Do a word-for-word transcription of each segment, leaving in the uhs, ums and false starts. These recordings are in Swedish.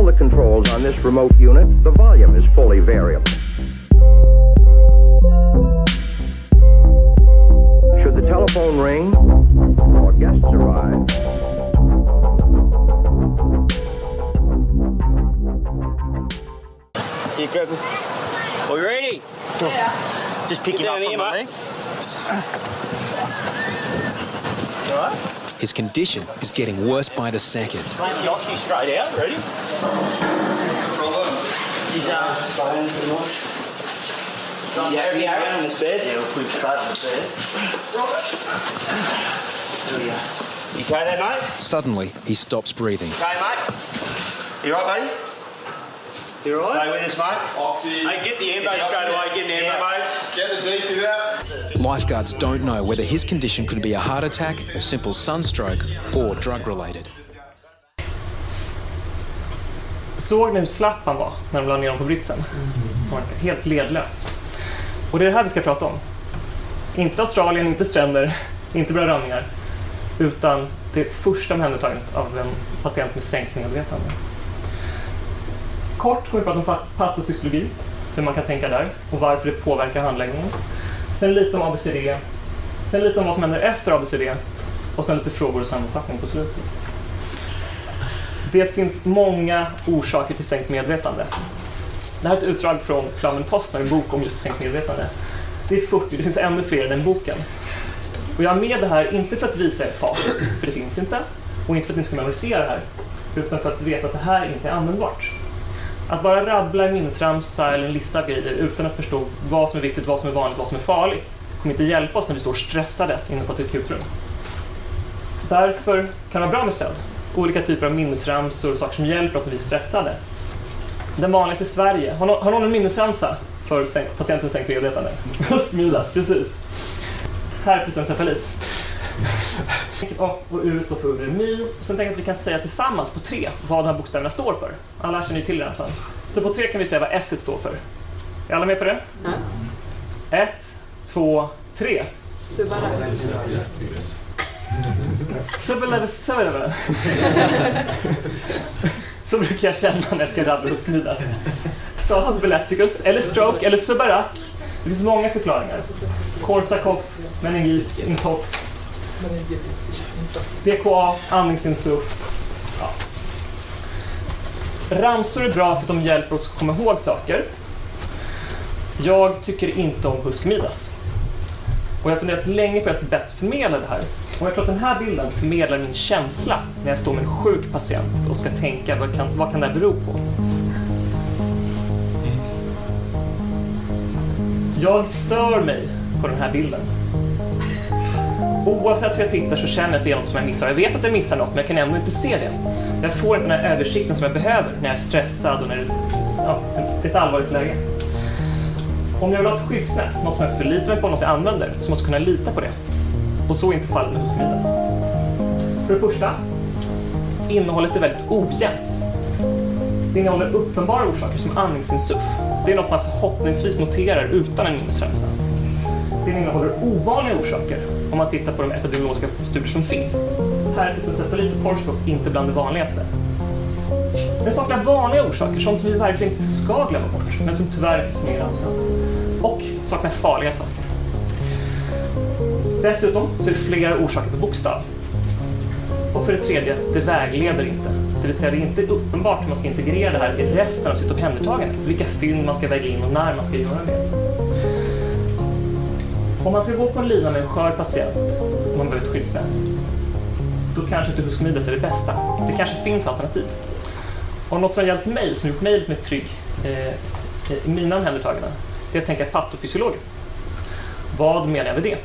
all the controls on this remote unit, the volume is fully variable. Should the telephone ring or guests arrive, you grab me. Are we ready? Yeah. Just pick him up from the leg. You all right? His condition is getting worse by the second. Knocks you straight out. Ready? He's uh. Yeah, every hour on this bed. Yeah, we'll put him straight on the bed. There we go. You okay there, mate? Suddenly, he stops breathing. Okay, mate. You all right, buddy? You all right? Stay with us, mate. Oxy. Hey, get the ambo straight away. Get the ambo, mate. Get the defib out. Lifeguards don't know whether his condition could be a heart attack, simple sunstroke or drug-related. Såg ni hur slapp han var när de la ner honom på britsen? Han var helt ledlös. Och det är det här vi ska prata om. Inte Australien, inte stränder, inte bra randningar. Utan det första omhändertagandet av en patient med sänkt medvetande. Kort kommer vi prata om patofysiologi, hur man kan tänka där och varför det påverkar handläggningen. Sen lite om A B C D, sen lite om vad som händer efter A B C D och sen lite frågor och sammanfattning på slutet. Det finns många orsaker till sänkt medvetande. Det här är ett utdrag från Plum and Postner, en bok om just sänkt medvetande. Det är fyrtio, det finns ännu fler än den boken. Och jag har med det här inte för att visa er facit, för det finns inte. Och inte för att ni ska memorisera det här, utan för att veta att det här inte är användbart. Att bara rabbla en minnesramsa eller en lista av grejer utan att förstå vad som är viktigt, vad som är vanligt, vad som är farligt kommer inte hjälpa oss när vi står stressade inne på ett akutrum. Därför kan det vara bra med stöd. Olika typer av minnesramsor och saker som hjälper oss när vi är stressade. Den vanligaste i Sverige. Har någon, har någon en minnesramsa för patientens sänkt medvetande? Smidas, precis. Herpesencefalit. Och U står för uremi. Sen tänker jag att vi kan säga tillsammans på tre vad de här bokstäverna står för. Alla känner ju till ramsan. Så på tre kan vi säga vad S står för. Är alla med på det? Mm. Ett, två, tre. Subalavis. Så brukar jag känna när jag ska rabbla och smidas. Status elasticus, eller stroke, eller subarak. Det finns många förklaringar. Korsakoff, meningit, intox. D K A, andningsinsuff. Ja. Ramsor är bra för att de hjälper oss att komma ihåg saker. Jag tycker inte om huskmidas. Och jag har funderat länge på hur jag ska bäst förmedla det här. Och jag tror att den här bilden förmedlar min känsla när jag står med en sjuk patient och ska tänka vad kan, vad kan det här bero på. Jag stör mig på den här bilden. Oavsett hur jag tittar så känner jag att det är något som jag missar. Jag vet att jag missar något, men jag kan ändå inte se det. Jag får inte den här översikten som jag behöver när jag är stressad och när det är ja, ett allvarligt läge. Om jag vill ha ett skyddsnät, något som jag förlitar mig på, något jag använder, så måste jag kunna lita på det. Och så är inte fallet med huskmidas. För det första, innehållet är väldigt ojämnt. Det innehåller uppenbara orsaker som andningsinsuff. Det är något man förhoppningsvis noterar utan en minnesramsa. Det innehåller ovanliga orsaker om man tittar på de epidemiologiska studier som finns. Herpesencefalit och Korsakoff är inte bland det vanligaste. Det saknar vanliga orsaker, sånt som vi verkligen inte ska glömma bort, men som tyvärr inte finns med i ramsan. Och saknar farliga saker. Dessutom så är det flera orsaker på bokstav. Och för det tredje, det vägleder inte. Det vill säga det är inte uppenbart hur man ska integrera det här i resten av sitt omhändertagande. Vilka fynd man ska väga in och när man ska göra det. Om man ska gå på en lina med en skör patient och man behöver ett skyddsnät, då kanske inte huskmidas är det bästa. Det kanske finns alternativ. Och något som har hjälpt mig, som gjort mig lite mer trygg eh, i mina omhändertaganden, det är att tänka patofysiologiskt. Vad menar jag med det?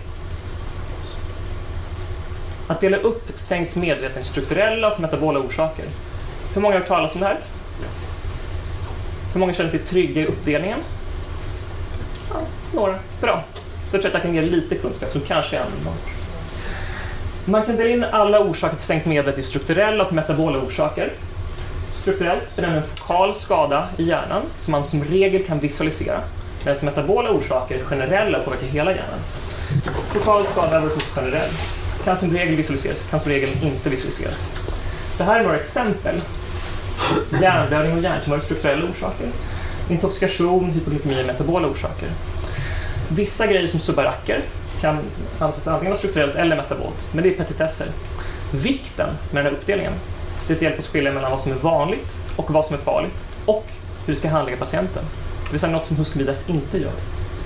Att dela upp sänkt medvetande i strukturella och metabola orsaker. Hur många har hört talas om det här? Hur många känner sig trygga i uppdelningen? Ja, några. Bra. Då tror jag att jag kan ge lite kunskap som kanske är användbart. Man kan dela in alla orsaker till sänkt medvetande i strukturella och metabola orsaker. Strukturellt benämner en fokal skada i hjärnan som man som regel kan visualisera. Medan metabola orsaker generella påverkar hela hjärnan. Fokal skada versus generell. Kan som regel visualiseras, kan som regel inte visualiseras. Det här är några exempel Hjärnblödning och hjärntumör är strukturella orsaker. Intoxikation, hypoglykemi är metabola orsaker. Vissa grejer som subaracker kan anses antingen vara strukturellt eller metabolt, men det är petitesser. Vikten med den här uppdelningen, det hjälper oss skilja mellan vad som är vanligt och vad som är farligt och hur vi ska handlägga patienten. Det vill säga något som Huskmidas inte gör.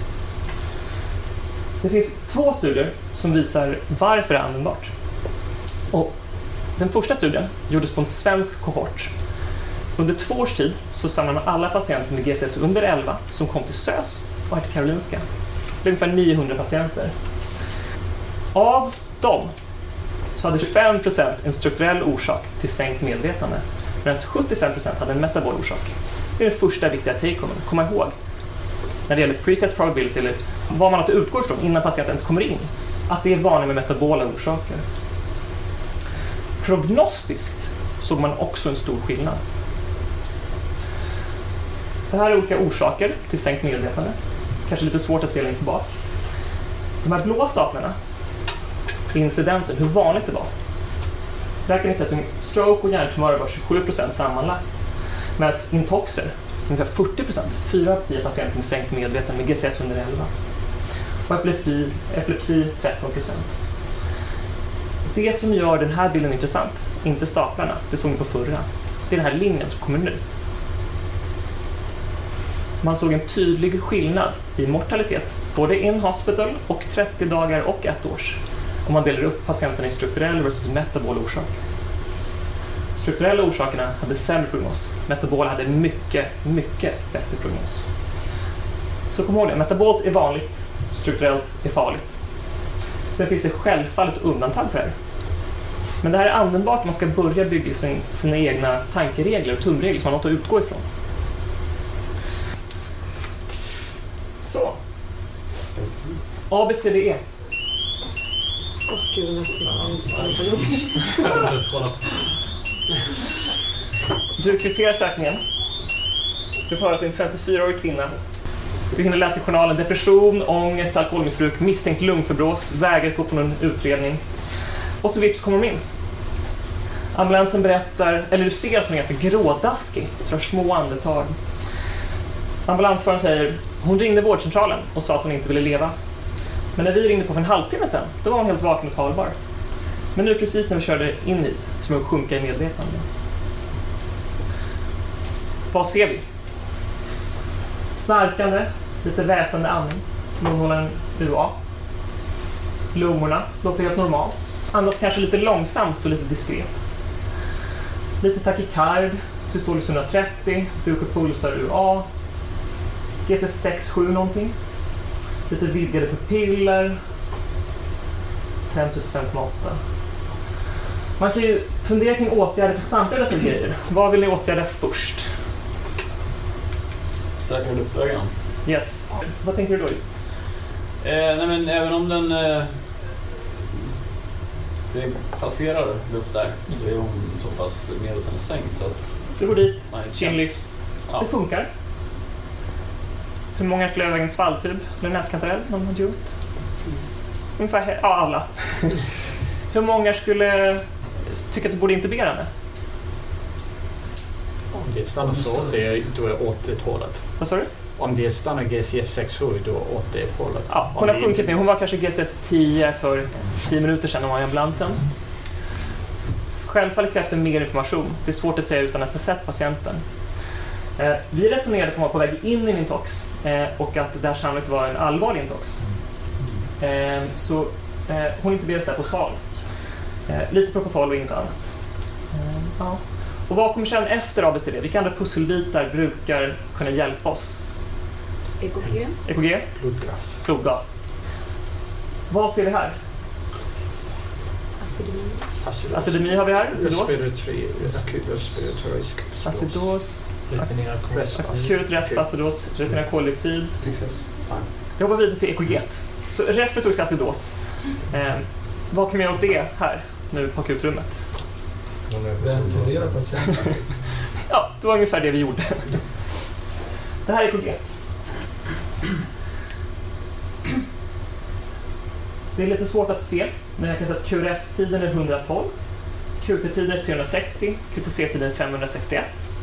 Det finns två studier som visar varför det är användbart. Och den första studien gjordes på en svensk kohort. Under två års tid så samlade man alla patienter med G C S under elva som kom till S Ö S och här till Karolinska. Det är ungefär niohundra patienter. Av dem så hade tjugofem procent en strukturell orsak till sänkt medvetande, medan sjuttiofem procent hade en metabol orsak. Det är den första viktiga take-homen. Komma ihåg, när det gäller pretest probability, eller vad man har att utgå ifrån innan patienten ens kommer in, att det är vanligt med metabola orsaker. Prognostiskt såg man också en stor skillnad. Det här är olika orsaker till sänkt medvetande. Kanske lite svårt att se längst bak. De här blåa staplarna är incidensen, hur vanligt det var. Där kan ni se att stroke och hjärntumörer var tjugosju procent sammanlagt. Medan intoxer, ungefär fyrtio procent, fyra av tio patienter med sänkt medvetande med G C S under elva. Och epilepsi, epilepsi tretton procent. Det som gör den här bilden intressant, inte staplarna, det såg ni på förra, det är den här linjen som kommer nu. Man såg en tydlig skillnad i mortalitet, både in hospital och trettio dagar och ett års, om man delar upp patienten i strukturell versus metabol orsak. Strukturella orsakerna hade sämre prognos, metabola hade mycket, mycket bättre prognos. Så kom ihåg det, metabolt är vanligt, strukturellt är farligt. Sen finns det självfallet undantag för det här. Men det här är användbart om man ska börja bygga sin, sina egna tankeregler och tumregler som man har att utgå ifrån. Så. A, B, C, D, E. Åh gud, nästan. Du kvitterar sökningen. Du får höra att det är en femtiofyraårig kvinna. Du hinner läsa i journalen depression, ångest, alkoholmissbruk, misstänkt lungfibros, vägrar gå på någon utredning. Och så vips kommer de in. Ambulansen berättar, eller du ser att hon är ganska grådaskig, drar små andetag. Ambulansföraren säger, hon ringde vårdcentralen och sa att hon inte ville leva. Men när vi ringde på för en halvtimme sedan, då var hon helt vaken och talbar. Men nu precis när vi körde in hit, som att sjunka i medvetande. Vad ser vi? Snarkande, lite väsande andning, munhålan U A. Lungorna låter helt normalt. Andas kanske lite långsamt och lite diskret. Lite takikard, systolisk hundratrettio, buk och pulsar U A. G C sex sju någonting. Lite vidgade pupiller. fem trettiofem komma åtta. Man kan ju fundera kring åtgärder för samtliga dessa grejer. Vad vill ni åtgärda först? Säkra luftvägarna. Yes. Vad tänker du då? Eh, nej men även om den eh, det passerar luft där så är hon så pass medvetande sänkt så att du går dit, nej, chinlift. Ja. Det funkar. Hur många skulle överväga en svalltub eller näskantarell man har gjort? Ungefär ja, alla. Hur många skulle tycka att du borde intubera henne? Om det stannar så det är, då är åt det hållet. Vad sa du? Om det stannar G C S sex sju då åt det hållet. Ja, hon har sjunkit ner. Hon var kanske G C S tio för tio minuter sedan hon var i ambulansen. Självfallet krävs det mer information. Det är svårt att säga utan att ha sett patienten. Eh, vi resonerade på att vara på väg in i en intox eh, och att det här sannolikt var en allvarlig intox. Eh, så eh, hon intuberades där på sal. Eh, lite propofol och inget annat. Eh, ja. Och vad kommer sedan efter A B C D? Vilka andra pusselbitar brukar kunna hjälpa oss? E K G. E K G? Blodgas. Blodgas. Vad ser vi här? Acidemi. Acidemi har vi här. Acidos. Acidos. Akut restacidos. Retinerad koldioxid. Jag hoppar vidare till E K G. Så respiratorisk acidos. Eh, vad kan vi göra åt det här nu på akutrummet? Ventilera patienten. Ja, det var ungefär det vi gjorde. Det här är E K G. Det är lite svårt att se, men jag kan säga att Q R S-tiden är hundratolv, Q T-tiden är trehundrasextio, Q T C-tiden är femhundrasextioett.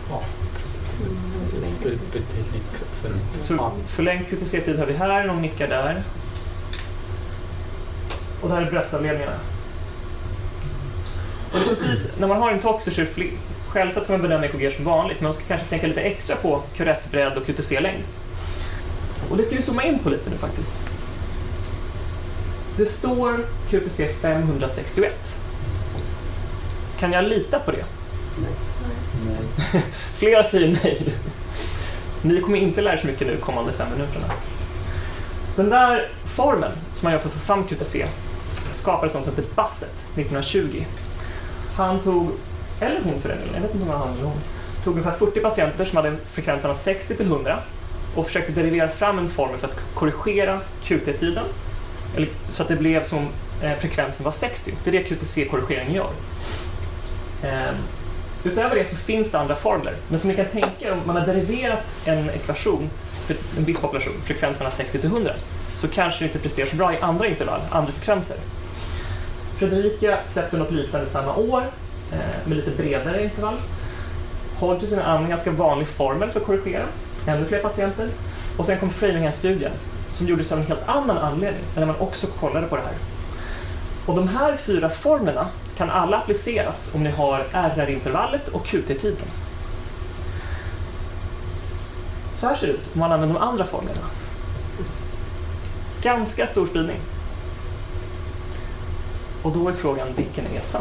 Ja, precis. Betydligt förlängt. Så förlängd Q T C-tid har vi här, någon nickar där. Och det här är bröstavledningarna. Och det är precis, när man har en toxer så är det självklart ska man bedöma E K G som vanligt, men man ska kanske tänka lite extra på Q R S-bredd och Q T C-längd. Och det ska vi zooma in på lite nu faktiskt. Det står Q T C femhundrasextioett. Kan jag lita på det? Nej. Nej. Flera säger nej. Ni kommer inte lära er så mycket nu kommande fem minuterna. Den där formen som man gör för att få fram Q T C skapades som heter Bassett nittonhundratjugo. Han tog, eller hon för den, jag vet inte om han eller hon, tog ungefär fyrtio patienter som hade en frekvens mellan sextio till hundra och försökte derivera fram en formel för att korrigera Q T-tiden eller, så att det blev som eh, frekvensen var sextio. Det är det Q T C-korrigeringen gör. Eh, utöver det så finns det andra formler. Men som ni kan tänka, om man har deriverat en ekvation för en viss population, frekvens mellan sextio till hundra, så kanske det inte presterar så bra i andra intervall, andra frekvenser. Fredrika släppte något liknande samma år eh, med lite bredare intervall. Hodgson är en ganska vanlig formel för att korrigera ännu fler patienter. Och sen kom Framingham-studien som gjordes av en helt annan anledning, där man också kollade på det här. Och de här fyra formerna kan alla appliceras om ni har R R-intervallet och Q T-tiden. Så här ser det ut om man använder de andra formerna. Ganska stor spridning. Och då är frågan, vilken är sann?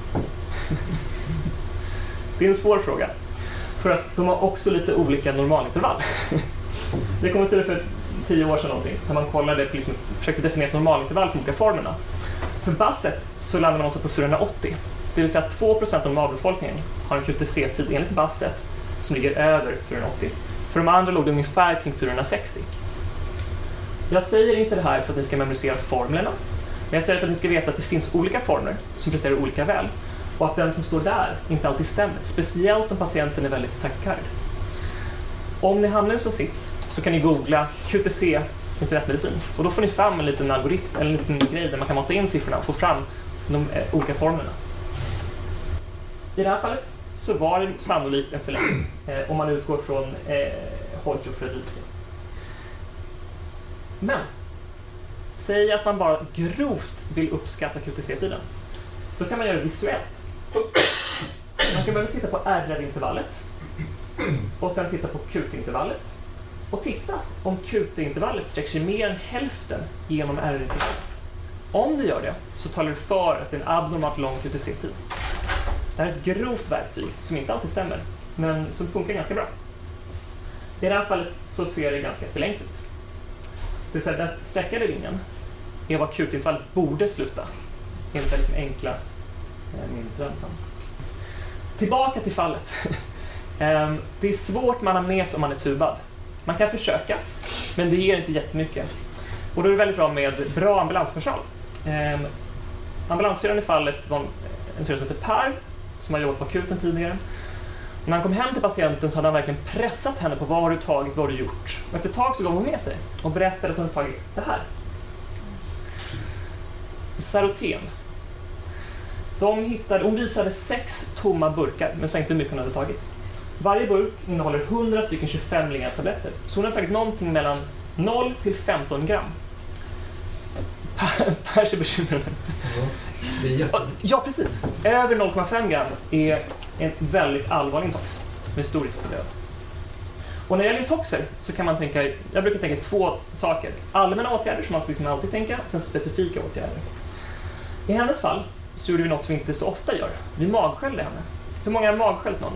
Det är en svår fråga. För att de har också lite olika normalintervall. Det kom istället för tio år sedan någonting, när man kollade på liksom, försökte definiera ett normalintervall för olika formerna. För Bassett så landar man också på fyrahundraåttio. Det vill säga att två procent av normalbefolkningen har en Q T C-tid enligt Bassett som ligger över fyrahundraåttio. För de andra låg det ungefär kring fyrahundrasextio. Jag säger inte det här för att ni ska memorisera formlerna. Men jag säger för att ni ska veta att det finns olika formler som presterar olika väl. Och att den som står där inte alltid stämmer. Speciellt om patienten är väldigt tackkard. Om ni hamnar i en sån sits så kan ni googla Q T C internetmedicin. Och då får ni fram en liten algoritm, eller en liten grej där man kan mata in siffrorna och få fram de eh, olika formlerna. I det här fallet så var det sannolikt en förlängning. Eh, om man utgår från eh, Hodge och Fredrika. Men säg att man bara grovt vill uppskatta Q T C-tiden. Då kan man göra det visuellt. Man kan börja titta på R R-intervallet och sen titta på Q T-intervallet och titta om Q T-intervallet sträcker sig mer än hälften genom R R-intervallet. Om det gör det så talar det för att det är en abnormalt lång Q T C-tid. Det här är ett grovt verktyg som inte alltid stämmer, men som funkar ganska bra. I det här fallet så ser det ganska förlängt ut. Det vill säga den sträckade linjen är vad Q T-intervallet borde sluta. Enligt liksom enkla eh, minnesrörelsen. Tillbaka till fallet. um, det är svårt med anamnes om man är tubad. Man kan försöka, men det ger inte jättemycket. Och då är det väldigt bra med bra ambulanspersonal. Um, ambulanssyrran i fallet var en, en syrra som heter Per, som har jobbat på akuten tidigare. När han kom hem till patienten så hade han verkligen pressat henne på vad har du tagit, vad har du gjort. Och efter ett tag så gav hon med sig och berättade att hon hade tagit det här. Saroten. De hittade, hon visade sex tomma burkar, men sa inte hur mycket hon hade tagit. Varje burk innehåller hundra stycken tjugofem milligram tabletter. Så hon har tagit någonting mellan noll till femton gram. Per ser bekymrad. Ja, det är jättemycket. Ja, precis. Över noll komma fem gram är en väldigt allvarlig intox med stor risk för död. Och när det gäller intoxer så kan man tänka, jag brukar tänka två saker. Allmänna åtgärder som man liksom alltid tänka, och sen specifika åtgärder. I hennes fall så gjorde vi något som vi inte så ofta gör. Vi magskällde henne. Hur många har magskällt någon?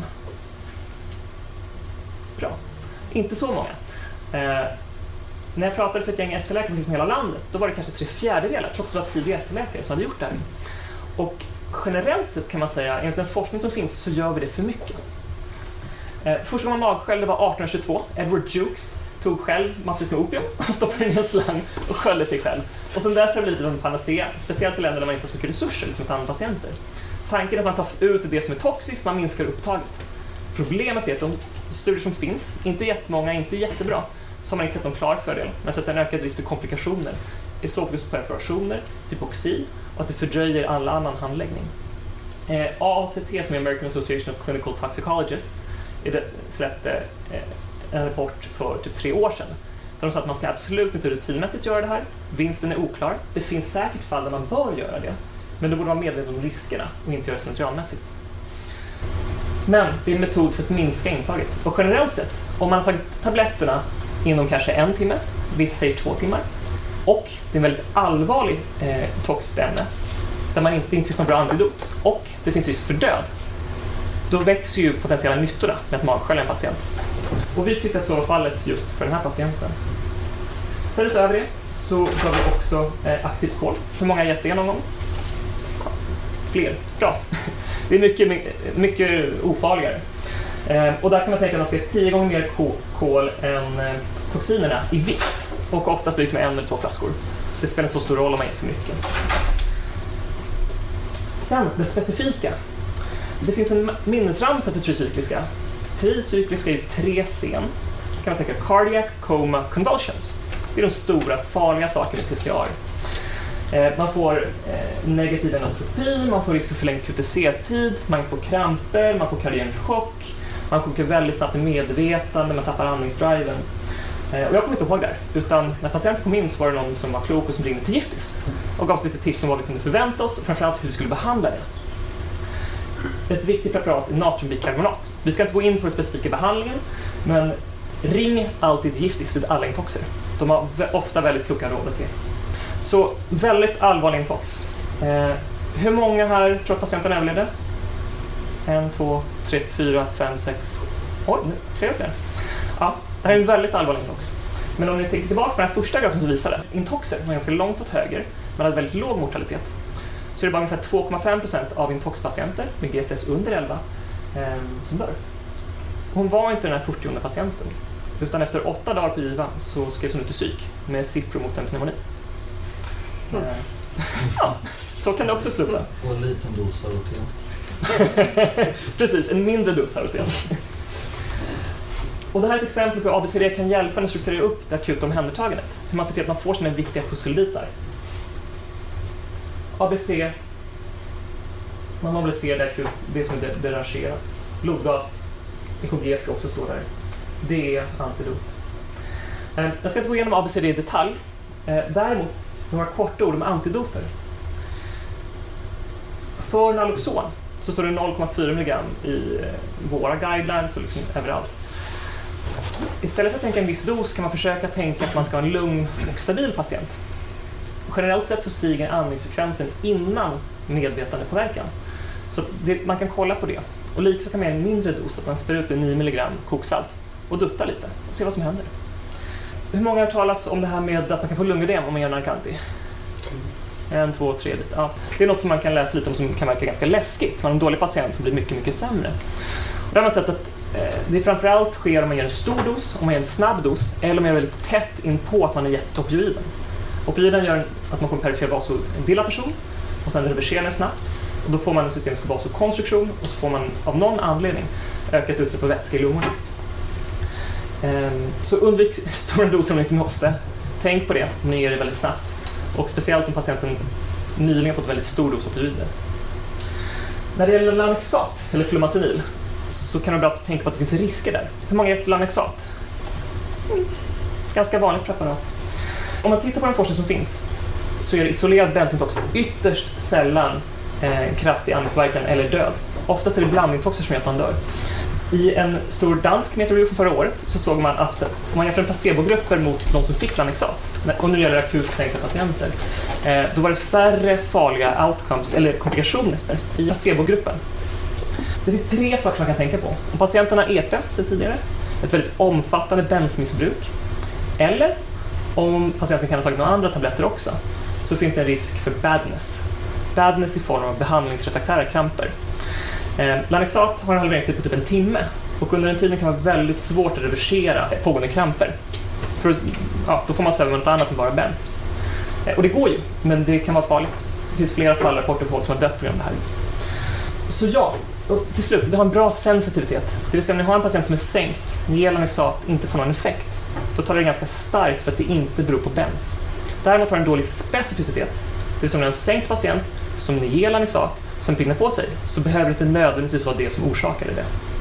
Bra. Inte så många. Eh, när jag pratade för ett gäng S T-läkare från hela landet, då var det kanske tre fjärdedelar, trots att det var tidiga S T-läkare som hade gjort det här. Och generellt sett kan man säga, enligt den forskning som finns så gör vi det för mycket. Eh, första gången man magskällde var arton tjugotvå. Edward Jukes tog själv massvis med opium och stoppade in en slang och sköljde sig själv. Och sen dess har det blivit en panacea, speciellt i länder där man inte har så mycket resurser som tar patienter. Tanken är att man tar ut det som är toxiskt, man minskar upptaget. Problemet är att de studier som finns, inte jättemånga, inte jättebra, så har man inte sett någon klar fördel. Man har sett en ökad risk för komplikationer, esofagusperforationer, hypoxi och att det fördröjer all annan handläggning. Eh, A A C T, som är American Association of Clinical Toxicologists, släppte en rapport för typ tre år sedan. Där de sa att man ska absolut inte rutinmässigt göra det här. Vinsten är oklar. Det finns säkert fall där man bör göra det. Men då borde man vara medveten om riskerna och inte göra det slentrianmässigt. Men det är en metod för att minska intaget. Och generellt sett, om man har tagit tabletterna inom kanske en timme, vissa säger två timmar, och det är en väldigt allvarlig eh, toxiskt ämne där man inte, inte finns någon bra antidot och det finns risk för död, då växer ju potentiella nyttorna med att magskölja en patient. Och vi tyckte att så var fallet just för den här patienten. Sen utöver det så har vi också eh, aktivt kol. Hur många har gett det någon gång? Fler. Bra. Det är mycket, mycket ofarligare. Eh, och där kan man tänka att man ska ge tio gånger mer kol än eh, toxinerna i vikt. Och oftast blir det liksom en eller två flaskor. Det spelar inte så stor roll om man ger för mycket. Sen, det specifika. Det finns en minnesramsa för tricykliska. Tricykliska är tre C. Kan man tänka cardiac coma convulsions. Det är de stora farliga sakerna i T C A R. Eh, man får eh, negativ enotropi, man får risk för förlängd Q T C-tid, man får kramper, man får kardienchock, man sjunker väldigt snabbt i medvetande, man tappar andningsdriven. Eh, och jag kommer inte ihåg där, utan när patienten kom in så var det någon som var klok och som ringde till Giftis och gav oss lite tips om vad vi kunde förvänta oss och framförallt hur vi skulle behandla det. Ett viktigt preparat är natriumbikarbonat. Vi ska inte gå in på den specifika behandlingen, men ring alltid Giftis vid alla intoxer. De har ofta väldigt kloka råd att ge. Så väldigt allvarlig intox. Eh, hur många här tror att patienten överlevde? En, två, tre, fyra, fem, sex. Oj, fler och fler. Ja, det här är en väldigt allvarlig intox. Men om ni tänker tillbaka på den här första grafen som visade, intoxer var ganska långt åt höger, men hade väldigt låg mortalitet. Så är det bara ungefär två komma fem procent av intoxpatienter med G C S under elva eh, som dör. Hon var inte den här fyrtionde patienten, utan efter åtta dagar på giva så skrevs hon ut i psyk med Cipro mot en pneumoni. Mm. Eh, ja, så kan det också sluta. Och en liten dos Aroten. Precis, en mindre dos Aroten. Och det här är ett exempel på hur A B C D kan hjälpa en att strukturera upp det akuta omhändertagandet. Hur man ser till att man får sina viktiga pusselbitar. A B C, man mobiliserar det akut, det som är derangerat. Blodgas, E K G ska också stå där. Det är antidot. Jag ska inte gå igenom A B C D i detalj. Däremot några korta ord om antidoter. För Naloxon så står det noll komma fyra milligram i våra guidelines och liksom överallt. Istället för att tänka en viss dos kan man försöka tänka att man ska ha en lugn och stabil patient. Generellt sett så stiger andningsfrekvensen innan medvetandepåverkan. Så det, man kan kolla på det. Och likaså kan man göra en mindre dos, att man spär ut en nio milligram koksalt och dutta lite och se vad som händer. Hur många har talas om det här med att man kan få lungödem om man gör narkanti? En, två, tre, lite. Ja. Det är något som man kan läsa lite om som kan verka ganska läskigt. Man har en dålig patient som blir mycket, mycket sämre. Och där har man sett att eh, det framförallt sker om man gör en stor dos, om man gör en snabb dos, eller om man gör väldigt tätt in på att man är gett opioiden. Opioiden gör att man får en perifer vasodilatation och sen reverserar den snabbt. Och då får man en systemisk vasokonstruktion och så får man av någon anledning ökat utsläpp av vätska i lungorna. Um, så undvik stora doser om ni inte måste. Tänk på det om ni gör det väldigt snabbt. Och speciellt om patienten nyligen fått väldigt stor dos opioider. När det gäller Lanexat eller Flumazenil så kan det vara bra att tänka på att det finns risker där. Hur många är Lanexat? Mm. Ganska vanligt preparat. Om man tittar på den forskning som finns så är isolerad bensintox ytterst sällan eh, kraftig andningspåverkan eller död. Oftast är det blandintoxer som gör att man dör. I en stor dansk metareview från förra året så såg man att om man jämför placebogrupper mot de som fick Lanexat, och nu gäller det akut sänkta patienter, eh, då var det färre farliga outcomes eller komplikationer i placebogruppen. Det finns tre saker man kan tänka på. Om patienterna har E P sedan tidigare, ett väldigt omfattande bensmissbruk, eller om patienten kan ha tagit några andra tabletter också, så finns det en risk för badness. Badness i form av behandlingsrefraktära kramper. Eh, Lanexat har en halveringstid på typ en timme och under den tiden kan det vara väldigt svårt att reversera pågående kramper. För, ja, då får man söva med något annat än bara bens. Eh, och det går ju, men det kan vara farligt. Det finns flera fall rapporter på folk som har dött på grund av det här. Så ja, och till slut, det har en bra sensitivitet. Det vill säga om ni har en patient som är sänkt, ni ger Lanexat inte får någon effekt, då tar det ganska starkt för att det inte beror på bens. Däremot har det en dålig specificitet. Det vill säga om ni har en sänkt patient som ni ger Lanexat som pinnar på sig, så behöver det inte nödvändigtvis vara det som orsakar det.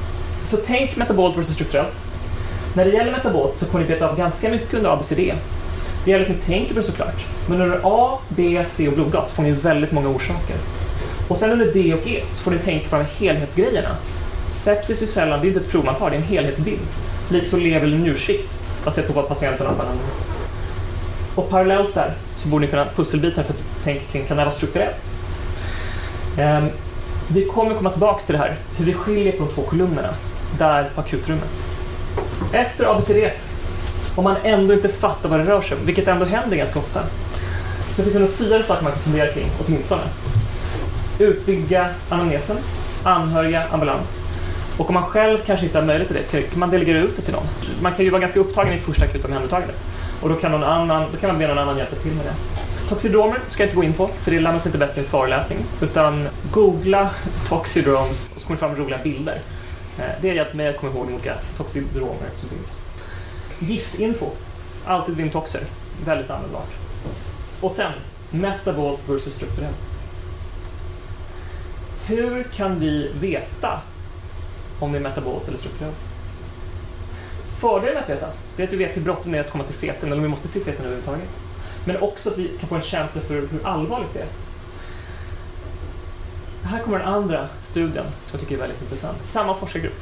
Så tänk metabolt versus strukturellt. När det gäller metabolt så får ni veta av ganska mycket under A B C D. Det gäller att ni tänker på det såklart. Men under A, B, C och blodgas får ni väldigt många orsaker. Och sen under D och E så får ni tänka på de här helhetsgrejerna. Sepsis är sällan, det är inte ett prov man tar, det är en helhetsbild. Liksom lever eller njursvikt, baserat på vad patienten har behandlats. Och parallellt där så borde ni kunna pusselbitar för att tänka kring, kan det vara strukturellt? Um, vi kommer komma tillbaka till det här, hur vi skiljer på de två kolumnerna, där på akutrummet. Efter A B C D, om man ändå inte fattar vad det rör sig om, vilket ändå händer ganska ofta, så finns det nog fyra saker man kan fundera kring, åtminstone. Utvidga anamnesen, anhöriga, ambulans. Och om man själv kanske inte har möjlighet till det, så kan man delegera ut det till någon. Man kan ju vara ganska upptagen i första akuta omhändertagandet. Och då kan, någon annan, då kan man be någon annan hjälpa till med det. Toxidromer ska jag inte gå in på, för det lär man sig inte bättre i en föreläsning. Utan googla toxidromes och så kommer det fram roliga bilder. Det har hjälpt mig att komma ihåg olika toxidromer som finns. Giftinfo, alltid vintoxer, väldigt användbart. Och sen, metabolt versus strukturellt. Hur kan vi veta om det är metabolt eller strukturellt? Fördelen med att veta, det är att vi vet hur bråttom det är att komma till C T, eller om vi måste till C T överhuvudtaget. Men också att vi kan få en känsla för hur allvarligt det är. Här kommer den andra studien som jag tycker är väldigt intressant. Samma forskargrupp.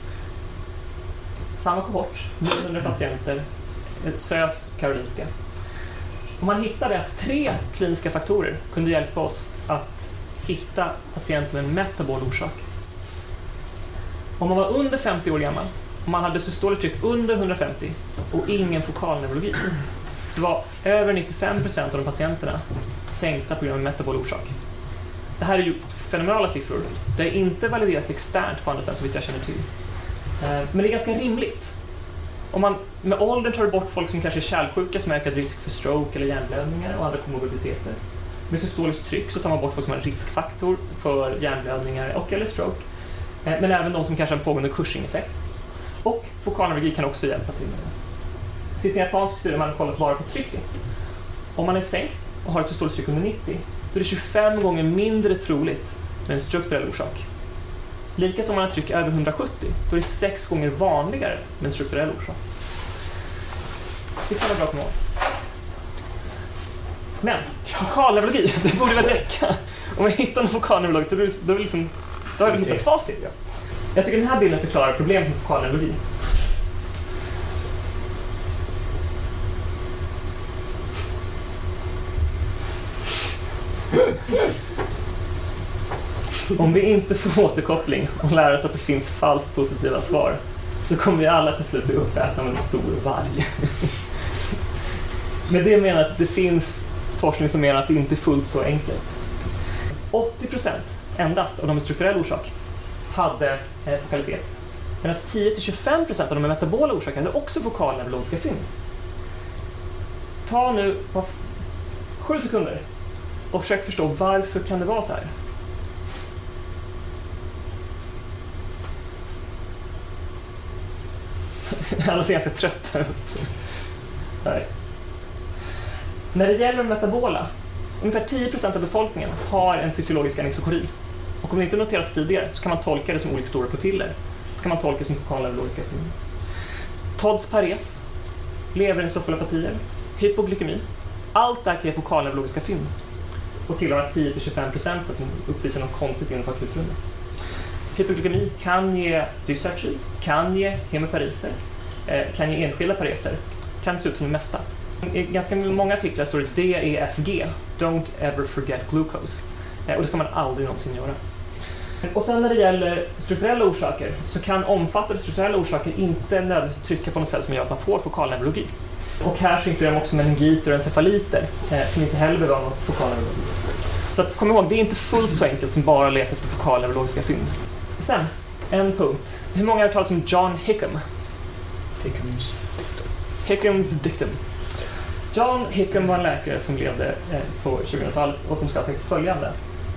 Samma kohort, niohundra patienter, S Ö S, Karolinska. Och man hittade att tre kliniska faktorer kunde hjälpa oss att hitta patienter med en metabol orsak. Om man var under femtio år gammal, om man hade systoletryck under hundrafemtio och ingen fokalneurologi, så var över nittiofem procent av de patienterna sänkta på grund av metabol orsak. Det här är ju fenomenala siffror. Det är inte validerat externt på andra ställen, så vitt jag känner till. Men det är ganska rimligt. Om man med åldern tar bort folk som kanske är kärlsjuka, som ökar risk för stroke eller hjärnblödningar och andra komorbiditeter. Med systoliskt tryck så tar man bort folk som har en riskfaktor för hjärnblödningar och eller stroke. Men även de som kanske har en pågående Cushing-effekt. Och fokalneurologi kan också hjälpa till med det. Det finns en japansk studie där man har kollat bara på trycket. Om man är sänkt och har ett systoliskt tryck under nittio, då är det tjugofem gånger mindre troligt med en strukturell orsak. Lika som man har tryck över hundrasjuttio, då är det sex gånger vanligare med en strukturell orsak. Det kan vara bra att komma ihåg. Men, fokalneurologi, det borde väl räcka. Om vi hittar en fokalneurolog, då, då, liksom, då har vi hittat facit. Ja. Jag tycker den här bilden förklarar problemet med fokalneurologi. Om vi inte får återkoppling och lär oss att det finns falskt positiva svar, så kommer vi alla till slut bli uppätna av en stor varg. Med det menar att det finns forskning som menar att det inte är fullt så enkelt. åttio procent endast av de med strukturell orsak hade eh, fokalitet. Medan tio till tjugofem procent av de med metabola orsaker hade också fokalneurologiska fynd. Ta nu på sju sekunder och försök förstå varför kan det vara så här. Alla ser ganska trötta ut. Nej. När det gäller metabola, ungefär tio procent av befolkningen har en fysiologisk anisokori. Och om det inte noterats tidigare så kan man tolka det som olika stora pupiller. Så kan man tolka det som fokalneurologiska fynd. T O D S pares, leverencefalopatier, hypoglykemi. Allt där kan ge fokalneurologiska fynd. Och tillhör tio till tjugofem procent som uppvisar något konstigt inom akutrummet. Hypoglykemi kan ge dysartri, kan ge hemopariser, kan ge enskilda pareser, kan se ut som det mesta. I ganska många artiklar står det D E F G, don't ever forget glucose. Och det ska man aldrig någonsin göra. Och sen när det gäller strukturella orsaker så kan omfattande strukturella orsaker inte nödvändigtvis trycka på något sätt som gör att man får fokalneurologi. Och här så inkluderar de också meningiter och encefaliter som inte heller behöver någon fokalneurologi. Så att, kom ihåg, det är inte fullt så enkelt som bara leta efter fokalneurologiska fynd. Sen, en punkt. Hur många har hört talas om John Hickam? Hickams diktum. Hickams diktum. John Hickam var en läkare som levde eh, på tjugohundratalet och som ska ha sagt följande.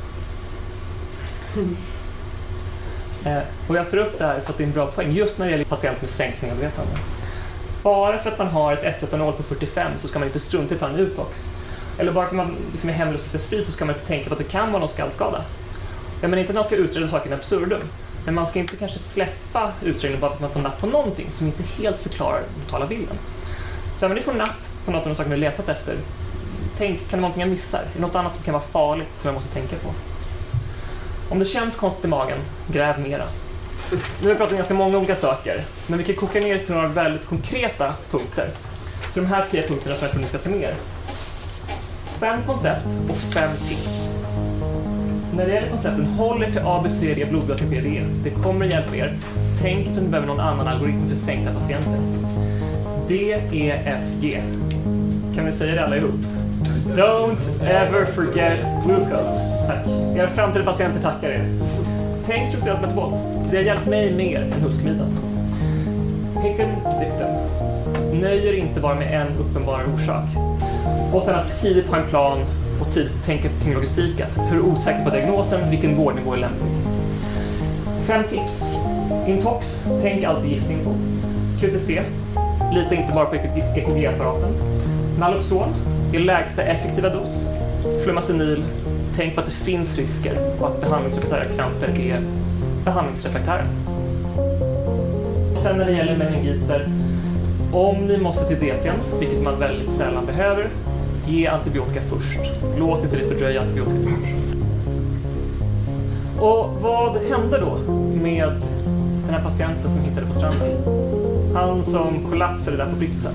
Mm. Eh, och jag tar upp det här för att det är en bra poäng just när det gäller patient med sänkning av vetande. Bara för att man har ett S-etanol på fyrtiofem så ska man inte strunta i att ta en utox. Eller bara för att man liksom är hemlös för sprit så ska man inte tänka på att det kan vara någon skallskada. Jag menar inte att man ska utreda saken absurdum. Men man ska inte kanske släppa utredningen bara för att man får napp på någonting som inte helt förklarar den totala bilden. Så även om ni får napp på något av de saker ni har letat efter, tänk, kan det vara någonting jag missar? Är det något annat som kan vara farligt som jag måste tänka på? Om det känns konstigt i magen, gräv mera. Nu har vi pratat om ganska många olika saker, men vi kan koka ner till några väldigt konkreta punkter. Så de här tio punkterna som jag tror ni ska ta med er. Fem koncept och fem tips. När det gäller koncepten, håll er till A B C D, blodgas och P D E. Det kommer hjälpa er. Tänk att ni behöver någon annan algoritm för sänkta patienter. D, E, F, G. Kan vi säga det alla ihop? Don't ever forget glucose. Tack. Era framtida patienter tackar er. Tänk strukturerat metabot. Det har hjälpt mig mer än Huskmidas. Hickams dictum. Nöjer inte bara med en uppenbar orsak. Och sen att tidigt ha en plan och tidigt tänka kring logistiken. Hur osäker på diagnosen, vilken vårdnivå är lämplig. Fem tips. Intox, tänk alltid giftnivå. Q T C, lita inte bara på E K G-apparaten. Naloxon, är lägsta effektiva dos. Flumazenil, tänk på att det finns risker och att behandlingsreflektära kramper är behandlingsreflektära. Sen när det gäller meningiter, om ni måste till D T:n, vilket man väldigt sällan behöver, ge antibiotika först. Låt inte det fördröja antibiotika först. Och vad hände då med den här patienten som hittade på stranden? Han som kollapsade där på britsen.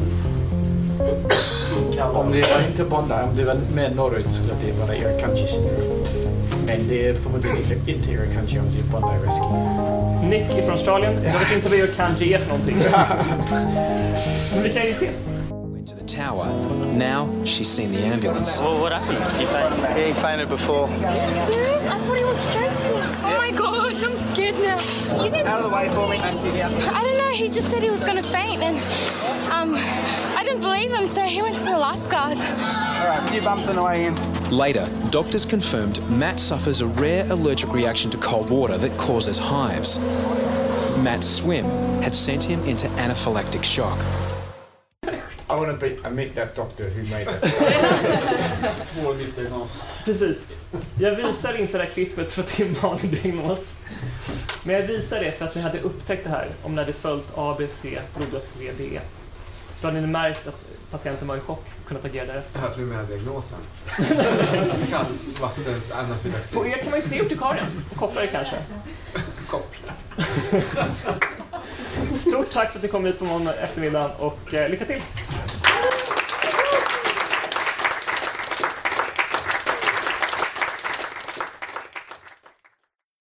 Om det var inte Bondi, om det var mer norrut skulle det vara Eric Kanji syndrom. Men det är förmodligen inte Eric Kanji om det är Bondi Rescue. Nick från Australien. Jag vet inte vad Eric Kanji är för någonting. Men vi kan ju se. To the tower. Now she's seen the ambulance. Well, what happened? Did you faint? Yeah, he fainted before. Are you serious? I thought he was joking. Oh my gosh, I'm scared now. You didn't... Out of the way for me. I don't know, he just said he was going to faint and um, I didn't believe him, so he went to the lifeguard. All right, a few bumps on the way in. Later, doctors confirmed Matt suffers a rare allergic reaction to cold water that causes hives. Matt's swim had sent him into anaphylactic shock. I want to be, I meet that doctor who made that. Svår giftdiagnos. Precis. Jag visar inte det här klippet för att det är en vanlig diagnos. Men jag visar det för att vi hade upptäckt det här om ni hade följt A B C, blodgas och D E. Då hade ni märkt att patienten var i chock och kunnat agera därefter. Jag hörde du med diagnosen. Kan vattens anafylaxi. På er kan man ju se urtikarien och koppla det kanske. Koppla. Stort tack för att ni kom hit på måndag eftermiddag och eh, lycka till!